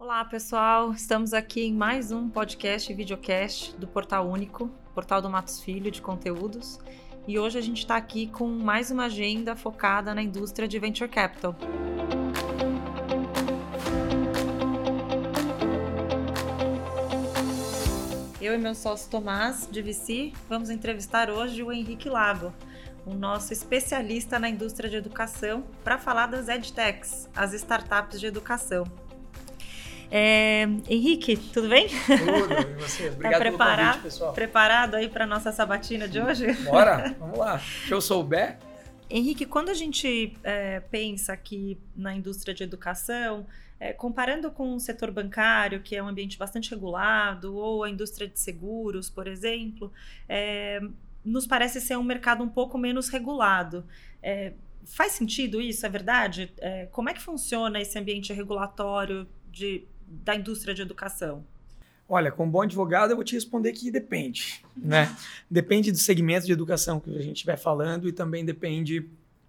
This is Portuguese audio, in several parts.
Olá, pessoal. Estamos aqui em mais um podcast e videocast do Portal Único, Portal do Matos Filho de conteúdos. E hoje a gente está aqui com mais uma agenda focada na indústria de Venture Capital. Eu e meu sócio Tomás, de VC, vamos entrevistar hoje o Henrique Lago, o nosso especialista na indústria de educação, para falar das EdTechs, as startups de educação. Henrique, tudo bem? Tudo, e você? Obrigado pelo convite, pessoal. Preparado aí para a nossa sabatina de hoje? Bora, vamos lá. Se eu souber. Henrique, quando a gente pensa aqui na indústria de educação, comparando com o setor bancário, que é um ambiente bastante regulado, ou a indústria de seguros, por exemplo, nos parece ser um mercado um pouco menos regulado. Faz sentido isso? É verdade? Como é que funciona esse ambiente regulatório da indústria de educação? Olha, como bom advogado, eu vou te responder que depende, né? Depende do segmento de educação que a gente estiver falando e também depende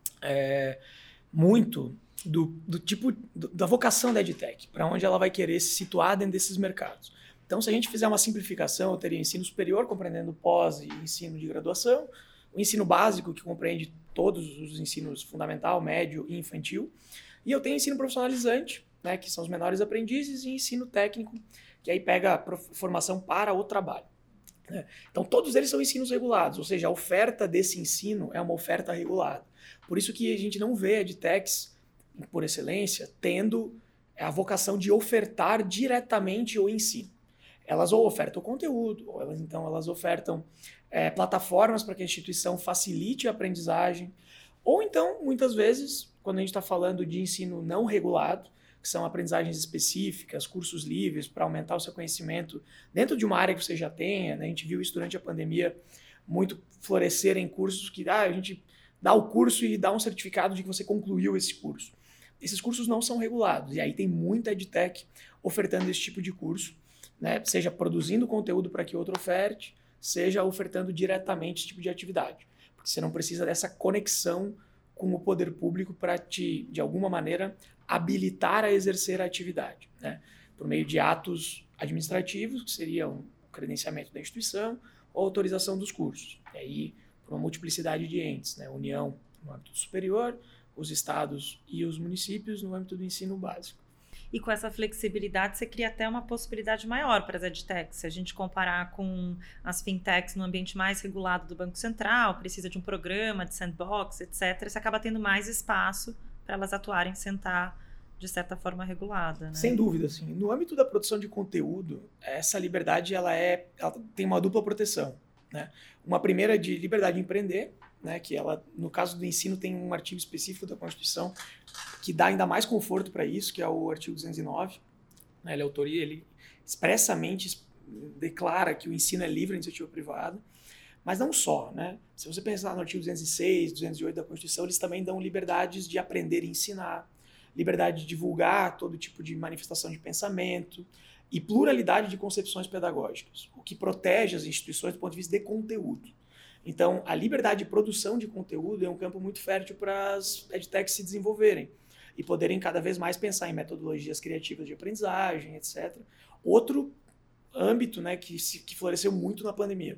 muito do tipo, da vocação da EdTech, para onde ela vai querer se situar dentro desses mercados. Então, se a gente fizer uma simplificação, eu teria ensino superior, compreendendo pós e ensino de graduação, o ensino básico, que compreende todos os ensinos fundamental, médio e infantil, e eu tenho ensino profissionalizante, né, que são os menores aprendizes, e ensino técnico, que aí pega a formação para o trabalho. Então, todos eles são ensinos regulados, ou seja, a oferta desse ensino é uma oferta regulada. Por isso que a gente não vê EdTechs, por excelência, tendo a vocação de ofertar diretamente o ensino. Elas ou ofertam conteúdo, ou elas ofertam plataformas para que a instituição facilite a aprendizagem, ou então, muitas vezes, quando a gente está falando de ensino não regulado, que são aprendizagens específicas, cursos livres para aumentar o seu conhecimento dentro de uma área que você já tenha, né? A gente viu isso durante a pandemia muito florescer em cursos que a gente dá o curso e dá um certificado de que você concluiu esse curso. Esses cursos não são regulados, e aí tem muita EdTech ofertando esse tipo de curso, né? Seja produzindo conteúdo para que outro oferte, seja ofertando diretamente esse tipo de atividade. Porque você não precisa dessa conexão com o poder público para te, de alguma maneira, habilitar a exercer a atividade, né? Por meio de atos administrativos, que seria o credenciamento da instituição ou autorização dos cursos. E aí, por uma multiplicidade de entes, né? União no âmbito superior, os estados e os municípios no âmbito do ensino básico. E com essa flexibilidade, você cria até uma possibilidade maior para as EdTechs. Se a gente comparar com as fintechs no ambiente mais regulado do Banco Central, precisa de um programa de sandbox, etc., você acaba tendo mais espaço para elas atuarem sem estar, de certa forma, regulada, né? Sem dúvida, sim. No âmbito da produção de conteúdo, essa liberdade ela tem uma dupla proteção, né? Uma primeira de liberdade de empreender, né? Que ela, no caso do ensino, tem um artigo específico da Constituição que dá ainda mais conforto para isso, que é o artigo 209. Né? Ele é autoria, ele expressamente declara que o ensino é livre à iniciativa privada. Mas não só, né? Se você pensar no artigo 206, 208 da Constituição, eles também dão liberdades de aprender e ensinar, liberdade de divulgar todo tipo de manifestação de pensamento e pluralidade de concepções pedagógicas, o que protege as instituições do ponto de vista de conteúdo. Então, a liberdade de produção de conteúdo é um campo muito fértil para as EdTechs se desenvolverem e poderem cada vez mais pensar em metodologias criativas de aprendizagem, etc. Outro âmbito, né, que floresceu muito na pandemia.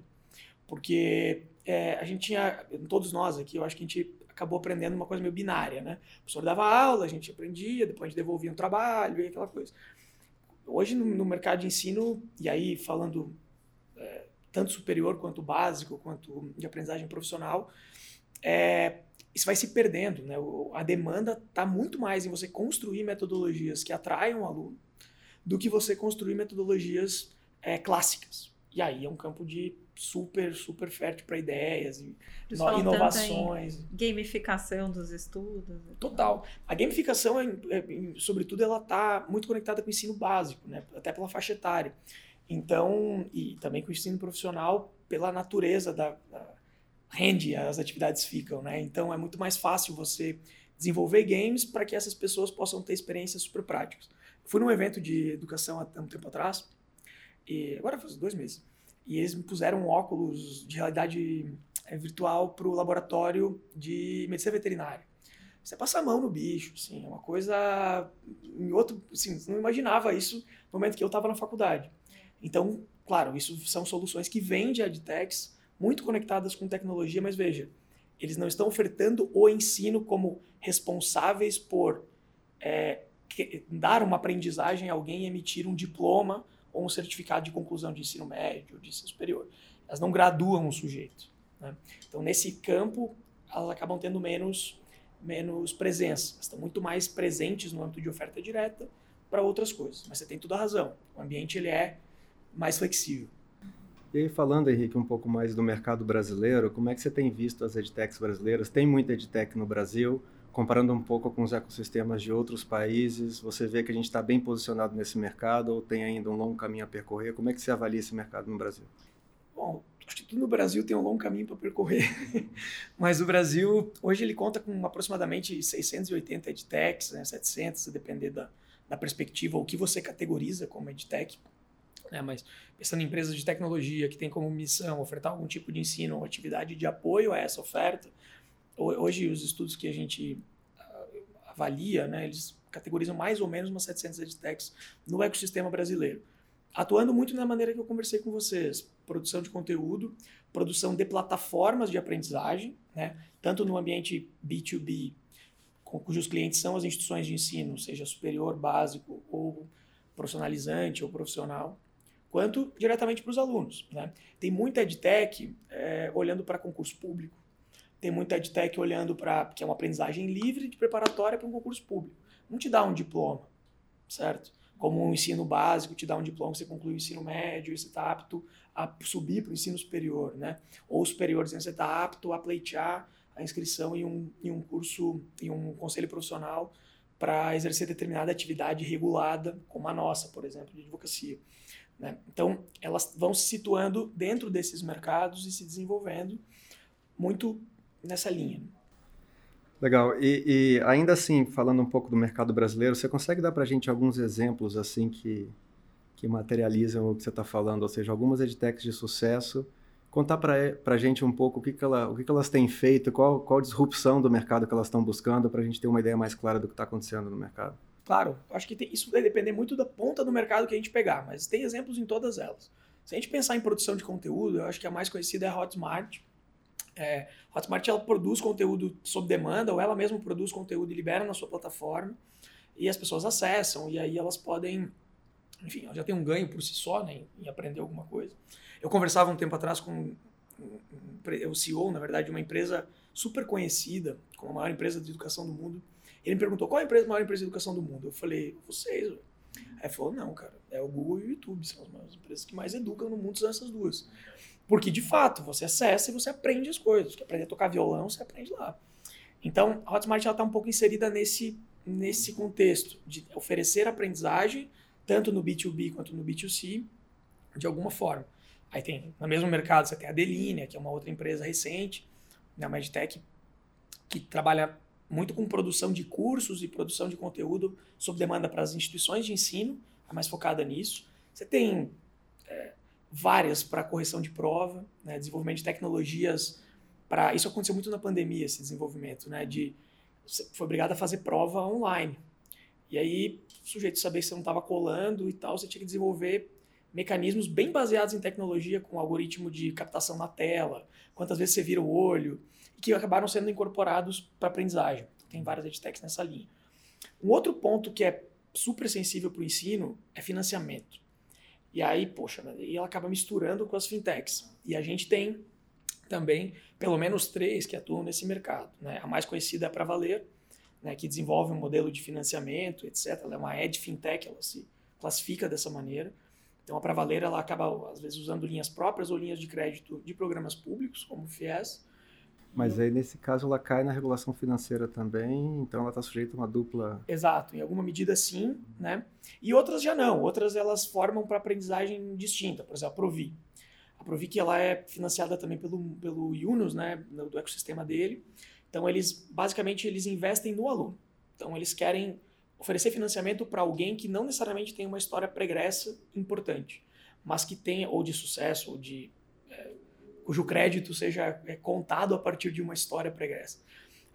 Porque a gente tinha, todos nós aqui, eu acho que a gente acabou aprendendo uma coisa meio binária, né? O professor dava aula, a gente aprendia, depois a gente devolvia um trabalho e aquela coisa. Hoje, no mercado de ensino, e aí falando tanto superior quanto básico, quanto de aprendizagem profissional, isso vai se perdendo, né? A demanda está muito mais em você construir metodologias que atraiam o aluno do que você construir metodologias clássicas. E aí é um campo de super fértil para ideias e inovações. Gamificação dos estudos. Total. A gamificação, sobretudo, ela está muito conectada com o ensino básico, né? Até pela faixa etária. Então, e também com o ensino profissional, pela natureza rende as atividades ficam, né? Então, é muito mais fácil você desenvolver games para que essas pessoas possam ter experiências super práticas. Fui num evento de educação há um tempo atrás, e agora faz 2 meses, e eles me puseram óculos de realidade virtual para o laboratório de medicina veterinária. você passa a mão no bicho, assim, é uma coisa em outro, assim, não imaginava isso no momento que eu estava na faculdade. Então, claro, isso são soluções que vêm de edtechs, muito conectadas com tecnologia, mas veja, eles não estão ofertando o ensino como responsáveis por dar uma aprendizagem a alguém e emitir um diploma ou um certificado de conclusão de ensino médio ou de ensino superior. Elas não graduam o sujeito, né? Então, nesse campo, elas acabam tendo menos presença. Elas estão muito mais presentes no âmbito de oferta direta para outras coisas. Mas você tem toda a razão. O ambiente ele é mais flexível. E aí, falando, Henrique, um pouco mais do mercado brasileiro, como é que você tem visto as edtechs brasileiras? Tem muita edtech no Brasil? Comparando um pouco com os ecossistemas de outros países, você vê que a gente está bem posicionado nesse mercado ou tem ainda um longo caminho a percorrer? Como é que você avalia esse mercado no Brasil? Bom, acho que tudo no Brasil tem um longo caminho para percorrer, mas o Brasil, hoje ele conta com aproximadamente 680 edtechs, né, 700, se depender da perspectiva, o que você categoriza como edtech. Mas pensando em empresas de tecnologia que têm como missão ofertar algum tipo de ensino ou atividade de apoio a essa oferta, hoje os estudos que a gente avalia, né, eles categorizam mais ou menos umas 700 edtechs no ecossistema brasileiro, atuando muito na maneira que eu conversei com vocês, produção de conteúdo, produção de plataformas de aprendizagem, né, tanto no ambiente B2B, cujos clientes são as instituições de ensino, seja superior, básico ou profissionalizante ou profissional, quanto diretamente para os alunos, né? Tem muita edtech olhando para concurso público, tem muita edtech olhando para, que é uma aprendizagem livre de preparatória para um concurso público. Não te dá um diploma, certo? Como um ensino básico te dá um diploma, você conclui o ensino médio e você está apto a subir para o ensino superior, né? Ou superior, dizendo que você está apto a pleitear a inscrição em um curso, em um conselho profissional para exercer determinada atividade regulada, como a nossa, por exemplo, de advocacia, né? Então, elas vão se situando dentro desses mercados e se desenvolvendo muito nessa linha. Legal. E ainda assim, falando um pouco do mercado brasileiro, você consegue dar para a gente alguns exemplos assim que materializam o que você está falando? Ou seja, algumas edtechs de sucesso. Contar para a gente um pouco o que elas tem feito, qual disrupção do mercado que elas estão buscando, para a gente ter uma ideia mais clara do que está acontecendo no mercado. Claro, acho que isso vai depender muito da ponta do mercado que a gente pegar, mas tem exemplos em todas elas. Se a gente pensar em produção de conteúdo, eu acho que a mais conhecida é a Hotmart. Hotmart ela produz conteúdo sob demanda, ou ela mesma produz conteúdo e libera na sua plataforma, e as pessoas acessam, e aí elas podem, enfim, ela já tem um ganho por si só, né, em aprender alguma coisa. Eu conversava um tempo atrás com o CEO, na verdade, de uma empresa super conhecida, como a maior empresa de educação do mundo. Ele me perguntou, qual é a maior empresa de educação do mundo? Eu falei, vocês. Aí ele falou, não, cara, é o Google e o YouTube, são as maiores empresas que mais educam no mundo, são essas duas. Porque, de fato, você acessa e você aprende as coisas. Quer aprender a tocar violão, você aprende lá. Então, a Hotmart está um pouco inserida nesse contexto de oferecer aprendizagem, tanto no B2B quanto no B2C, de alguma forma. Aí tem, no mesmo mercado, você tem a Delinea, que é uma outra empresa recente, né, uma edtech que trabalha muito com produção de cursos e produção de conteúdo sob demanda para as instituições de ensino, é mais focada nisso. Você tem várias para correção de prova, né, desenvolvimento de tecnologias para... Isso aconteceu muito na pandemia, esse desenvolvimento, né, você foi obrigado a fazer prova online. E aí, o sujeito sabia que você não estava colando e tal, você tinha que desenvolver mecanismos bem baseados em tecnologia, com algoritmo de captação na tela, quantas vezes você vira o olho, que acabaram sendo incorporados para aprendizagem. Tem várias edtechs nessa linha. Um outro ponto que é super sensível para o ensino é financiamento. E aí, poxa, e ela acaba misturando com as fintechs. E a gente tem também pelo menos 3 que atuam nesse mercado, né? A mais conhecida é a Pravaler, né, que desenvolve um modelo de financiamento, etc. Ela é uma edfintech, ela se classifica dessa maneira. Então, a Pravaler ela acaba, às vezes, usando linhas próprias ou linhas de crédito de programas públicos, como o FIES. Mas aí, nesse caso, ela cai na regulação financeira também, então ela está sujeita a uma dupla... Exato, em alguma medida sim, né? E outras já não, outras elas formam para aprendizagem distinta, por exemplo, a Provi. A Provi que ela é financiada também pelo Yunus, né, do ecossistema dele. Então, basicamente, eles investem no aluno. Então, eles querem oferecer financiamento para alguém que não necessariamente tem uma história pregressa importante, mas que tenha, ou de sucesso, ou cujo crédito seja contado a partir de uma história pregressa.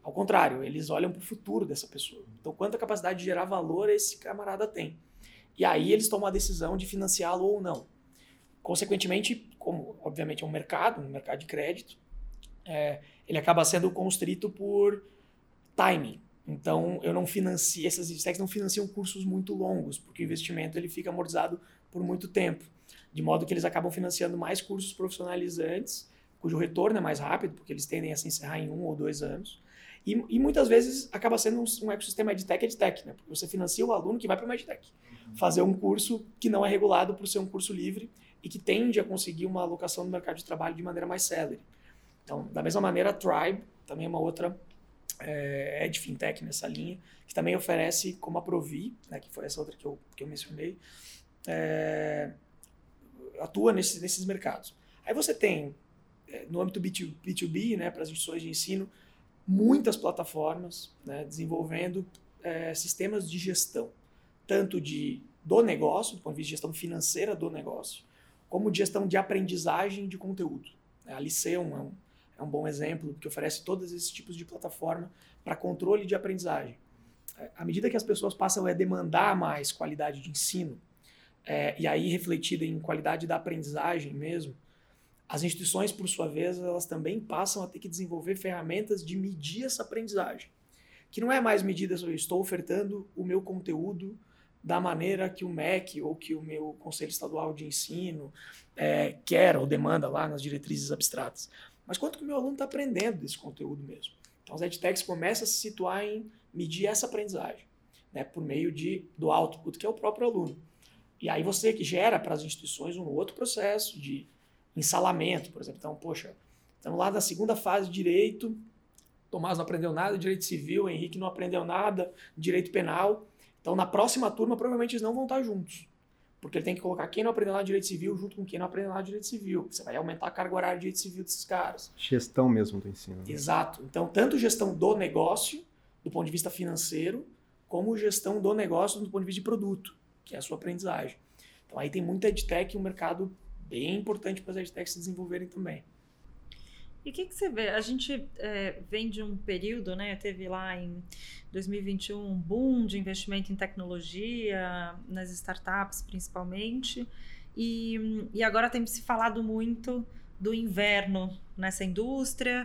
Ao contrário, eles olham para o futuro dessa pessoa. Então, quanta capacidade de gerar valor esse camarada tem. E aí eles tomam a decisão de financiá-lo ou não. Consequentemente, como obviamente é um mercado de crédito, ele acaba sendo constrito por timing. Então, eu não financio, essas edtechs não financiam cursos muito longos, porque o investimento ele fica amortizado por muito tempo. De modo que eles acabam financiando mais cursos profissionalizantes, cujo retorno é mais rápido, porque eles tendem a se encerrar em 1 ou 2 anos. E muitas vezes acaba sendo um ecossistema edtech, né? Porque você financia o aluno que vai para uma edtech. Fazer um curso que não é regulado por ser um curso livre e que tende a conseguir uma alocação no mercado de trabalho de maneira mais célere. Então, da mesma maneira, a Tribe também é uma outra de fintech nessa linha, que também oferece, como a Provi, né, que foi essa outra que eu mencionei, atua nesses mercados. Aí você tem, no âmbito B2B, né, para as instituições de ensino, muitas plataformas, né, desenvolvendo sistemas de gestão, tanto do negócio, do ponto de vista de gestão financeira do negócio, como de gestão de aprendizagem de conteúdo. A Liceum é um bom exemplo, que oferece todos esses tipos de plataforma para controle de aprendizagem. À medida que as pessoas passam a demandar mais qualidade de ensino, e aí refletida em qualidade da aprendizagem mesmo, as instituições, por sua vez, elas também passam a ter que desenvolver ferramentas de medir essa aprendizagem. Que não é mais medida sobre estou ofertando o meu conteúdo da maneira que o MEC ou que o meu Conselho Estadual de Ensino quer ou demanda lá nas diretrizes abstratas. Mas quanto que o meu aluno está aprendendo desse conteúdo mesmo? Então, as edtechs começam a se situar em medir essa aprendizagem, né, por meio do output, que é o próprio aluno. E aí você que gera para as instituições um outro processo de ensalamento, por exemplo. Então, poxa, estamos lá na segunda fase de direito, Tomás não aprendeu nada de direito civil, Henrique não aprendeu nada de direito penal. Então, na próxima turma, provavelmente eles não vão estar juntos. Porque ele tem que colocar quem não aprendeu nada de direito civil junto com quem não aprendeu nada de direito civil. Você vai aumentar a carga horária de direito civil desses caras. Gestão mesmo do ensino. Exato. Então, tanto gestão do negócio, do ponto de vista financeiro, como gestão do negócio do ponto de vista de produto, que é a sua aprendizagem. Então, aí tem muita edtech e um mercado bem importante para as edtechs se desenvolverem também. E o que você vê? A gente vem de um período, né? Teve lá em 2021 um boom de investimento em tecnologia, nas startups principalmente, e agora tem se falado muito do inverno nessa indústria,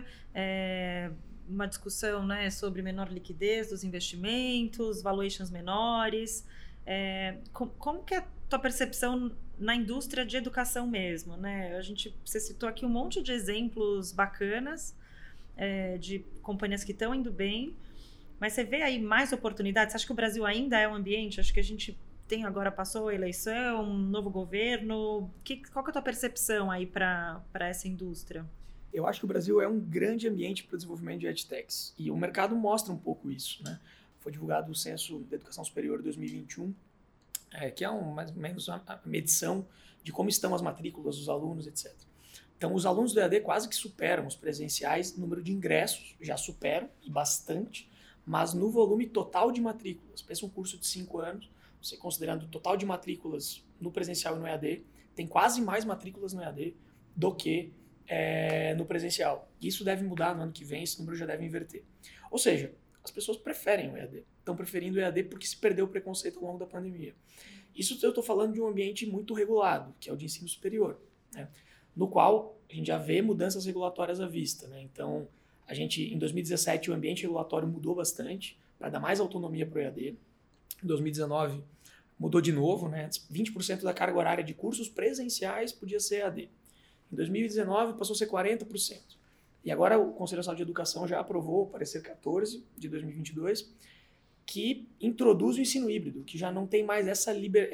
uma discussão, né, sobre menor liquidez dos investimentos, valuations menores. Como que é a tua percepção na indústria de educação mesmo, né? Você citou aqui um monte de exemplos bacanas de companhias que estão indo bem, mas você vê aí mais oportunidades? Você acha que o Brasil ainda é um ambiente? Acho que a gente passou a eleição, um novo governo. Qual que é a tua percepção aí para essa indústria? Eu acho que o Brasil é um grande ambiente para o desenvolvimento de edtechs, e o mercado mostra um pouco isso, né? Foi divulgado o Censo da Educação Superior 2021, que é mais ou menos uma medição de como estão as matrículas dos alunos, etc. Então, os alunos do EAD quase que superam os presenciais, número de ingressos já superam, e bastante, mas no volume total de matrículas. Pensa um curso de 5 anos, você considerando o total de matrículas no presencial e no EAD, tem quase mais matrículas no EAD do que no presencial. Isso deve mudar no ano que vem, esse número já deve inverter. Ou seja, as pessoas preferem o EAD. Estão preferindo o EAD porque se perdeu o preconceito ao longo da pandemia. Isso eu estou falando de um ambiente muito regulado, que é o de ensino superior, né? No qual a gente já vê mudanças regulatórias à vista, né? Então, em 2017, o ambiente regulatório mudou bastante para dar mais autonomia para o EAD. Em 2019, mudou de novo, né? 20% da carga horária de cursos presenciais podia ser EAD. Em 2019, passou a ser 40%. E agora o Conselho Nacional de Educação já aprovou o parecer 14 de 2022, que introduz o ensino híbrido, que já não tem mais essa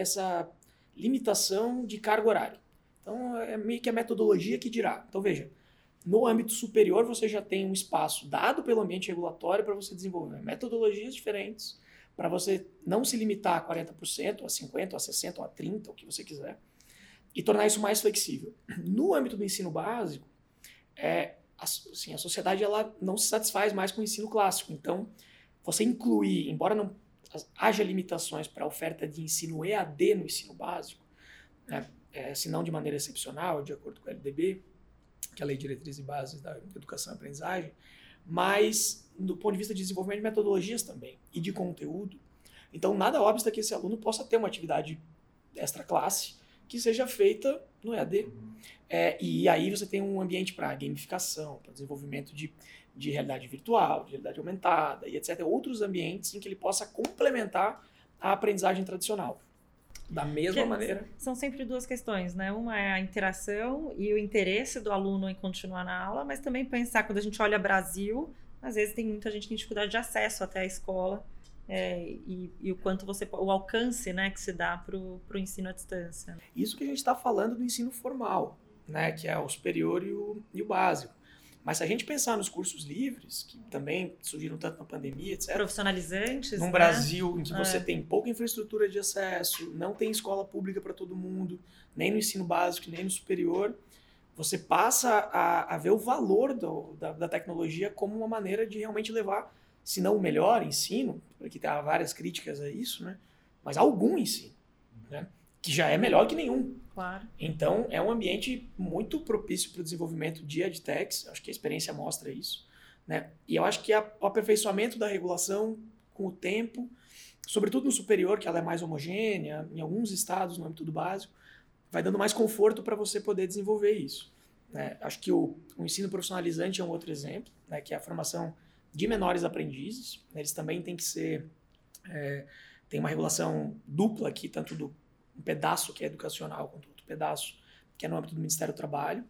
limitação de carga horária. Então, é meio que a metodologia que dirá. Então, veja, no âmbito superior, você já tem um espaço dado pelo ambiente regulatório para você desenvolver metodologias diferentes, para você não se limitar a 40%, a 50%, a 60%, a 30%, o que você quiser, e tornar isso mais flexível. No âmbito do ensino básico, a sociedade ela não se satisfaz mais com o ensino clássico. Então, você incluir, embora não haja limitações para a oferta de ensino EAD no ensino básico, né, se não de maneira excepcional, de acordo com a LDB, que é a Lei de Diretrizes e Bases da Educação e Aprendizagem, mas do ponto de vista de desenvolvimento de metodologias também e de conteúdo. Então, nada obsta que esse aluno possa ter uma atividade extra classe que seja feita no EAD. E aí você tem um ambiente para gamificação, para desenvolvimento de realidade virtual, de realidade aumentada e etc. Outros ambientes em que ele possa complementar a aprendizagem tradicional. Da mesma maneira. São sempre duas questões, né? Uma é a interação e o interesse do aluno em continuar na aula, mas também pensar, quando a gente olha Brasil, às vezes tem muita gente que tem dificuldade de acesso até a escola. E o quanto o alcance, né, que se dá para o ensino à distância. Isso que a gente está falando do ensino formal, né, que é o superior e o básico. Mas se a gente pensar nos cursos livres, que também surgiram tanto na pandemia, etc. Profissionalizantes, num Brasil em que você tem pouca infraestrutura de acesso, não tem escola pública para todo mundo, nem no ensino básico, nem no superior, você passa a ver o valor da tecnologia como uma maneira de realmente levar, se não o melhor ensino, porque tem várias críticas a isso, né? Mas algum ensino, né? Que já é melhor que nenhum. Claro. Então, é um ambiente muito propício para o desenvolvimento de edtechs, acho que a experiência mostra isso, né? E eu acho que o aperfeiçoamento da regulação com o tempo, sobretudo no superior, que ela é mais homogênea, em alguns estados, no âmbito do básico, vai dando mais conforto para você poder desenvolver isso, né? Acho que o ensino profissionalizante é um outro exemplo, né? Que é a formação de menores aprendizes. Eles também têm que ser... tem uma regulação dupla aqui, tanto do um pedaço que é educacional quanto outro pedaço que é no âmbito do Ministério do Trabalho.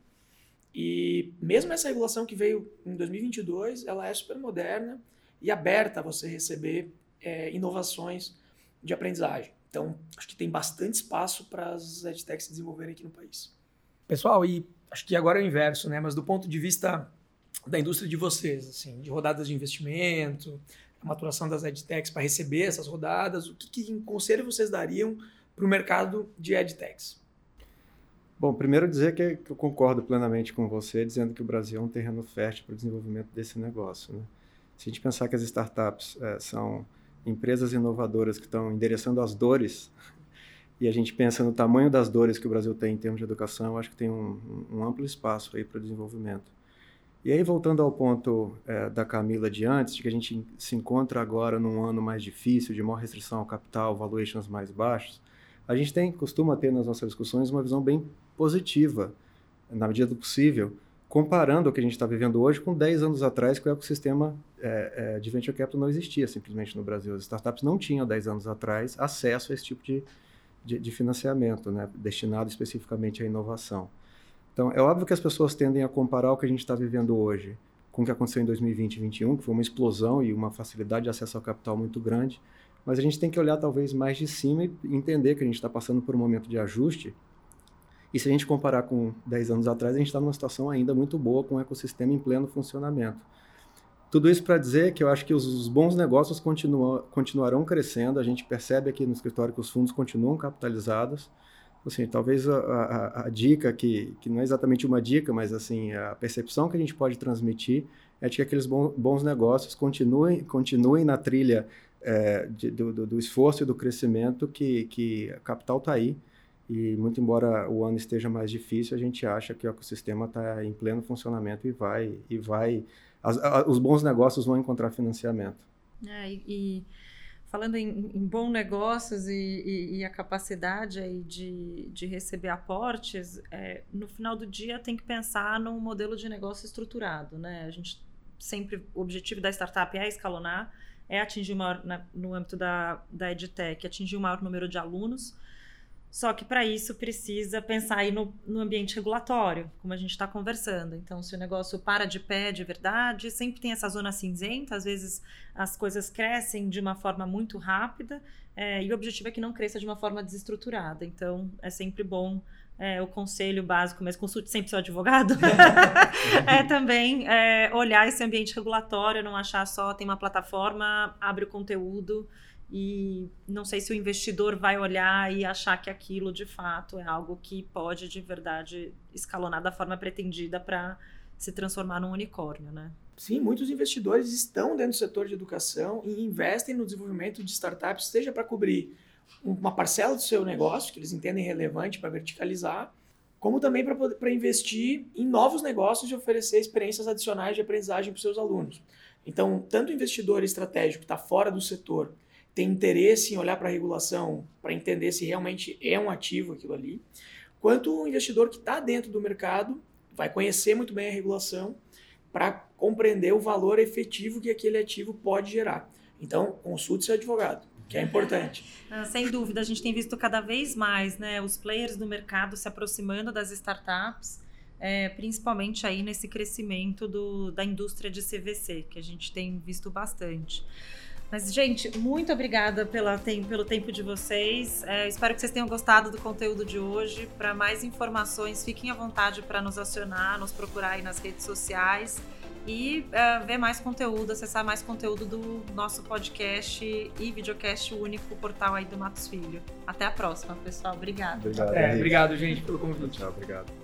E mesmo essa regulação que veio em 2022, ela é super moderna e aberta a você receber inovações de aprendizagem. Então, acho que tem bastante espaço para as edtechs se desenvolverem aqui no país. Pessoal, e acho que agora é o inverso, né? Mas do ponto de vista da indústria de vocês, assim, de rodadas de investimento, a maturação das edtechs para receber essas rodadas, o que conselho vocês dariam para o mercado de edtechs? Bom, primeiro dizer que eu concordo plenamente com você, dizendo que o Brasil é um terreno fértil para o desenvolvimento desse negócio, né? Se a gente pensar que as startups são empresas inovadoras que estão endereçando as dores, e a gente pensa no tamanho das dores que o Brasil tem em termos de educação, eu acho que tem um amplo espaço aí para o desenvolvimento. E aí, voltando ao ponto da Camila de antes, de que a gente se encontra agora num ano mais difícil, de maior restrição ao capital, valuations mais baixos, a gente costuma ter nas nossas discussões uma visão bem positiva, na medida do possível, comparando o que a gente está vivendo hoje com 10 anos atrás, que o ecossistema de venture capital não existia simplesmente no Brasil. As startups não tinham, 10 anos atrás, acesso a esse tipo de financiamento, né, destinado especificamente à inovação. Então, é óbvio que as pessoas tendem a comparar o que a gente está vivendo hoje com o que aconteceu em 2020 e 2021, que foi uma explosão e uma facilidade de acesso ao capital muito grande, mas a gente tem que olhar talvez mais de cima e entender que a gente está passando por um momento de ajuste, e se a gente comparar com 10 anos atrás, a gente está numa situação ainda muito boa, com o ecossistema em pleno funcionamento. Tudo isso para dizer que eu acho que os bons negócios continuarão crescendo, a gente percebe aqui no escritório que os fundos continuam capitalizados. Assim, talvez a dica, que não é exatamente uma dica, mas assim, a percepção que a gente pode transmitir é de que aqueles bons negócios continuem na trilha do esforço e do crescimento, que a capital está aí. E muito embora o ano esteja mais difícil, a gente acha que o ecossistema está em pleno funcionamento e os bons negócios vão encontrar financiamento. Falando em bons negócios e a capacidade aí de receber aportes, no final do dia tem que pensar num modelo de negócio estruturado, né? A gente sempre, o objetivo da startup é escalonar, é atingir o maior, no âmbito da edtech, atingir o maior número de alunos. Só que para isso precisa pensar aí no ambiente regulatório, como a gente está conversando. Então, se o negócio para de pé de verdade, sempre tem essa zona cinzenta, às vezes as coisas crescem de uma forma muito rápida, e o objetivo é que não cresça de uma forma desestruturada. Então, é sempre bom o conselho básico, mas consulte sempre seu advogado, também olhar esse ambiente regulatório, não achar só tem uma plataforma, abre o conteúdo, e não sei se o investidor vai olhar e achar que aquilo de fato é algo que pode de verdade escalonar da forma pretendida para se transformar num unicórnio, né? Sim, muitos investidores estão dentro do setor de educação e investem no desenvolvimento de startups, seja para cobrir uma parcela do seu negócio, que eles entendem relevante para verticalizar, como também para investir em novos negócios e oferecer experiências adicionais de aprendizagem para os seus alunos. Então, tanto o investidor estratégico que está fora do setor tem interesse em olhar para a regulação, para entender se realmente é um ativo aquilo ali, quanto o investidor que está dentro do mercado vai conhecer muito bem a regulação para compreender o valor efetivo que aquele ativo pode gerar. Então, consulte seu advogado, que é importante. Sem dúvida, a gente tem visto cada vez mais, né, os players do mercado se aproximando das startups, principalmente aí nesse crescimento da indústria de CVC, que a gente tem visto bastante. Mas, gente, muito obrigada pelo tempo de vocês. Espero que vocês tenham gostado do conteúdo de hoje. Para mais informações, fiquem à vontade para nos acionar, nos procurar aí nas redes sociais e ver mais conteúdo, acessar mais conteúdo do nosso podcast e videocast único, portal aí do Matos Filho. Até a próxima, pessoal. Obrigada. Obrigado, obrigado, gente, pelo convite. Tchau, obrigado.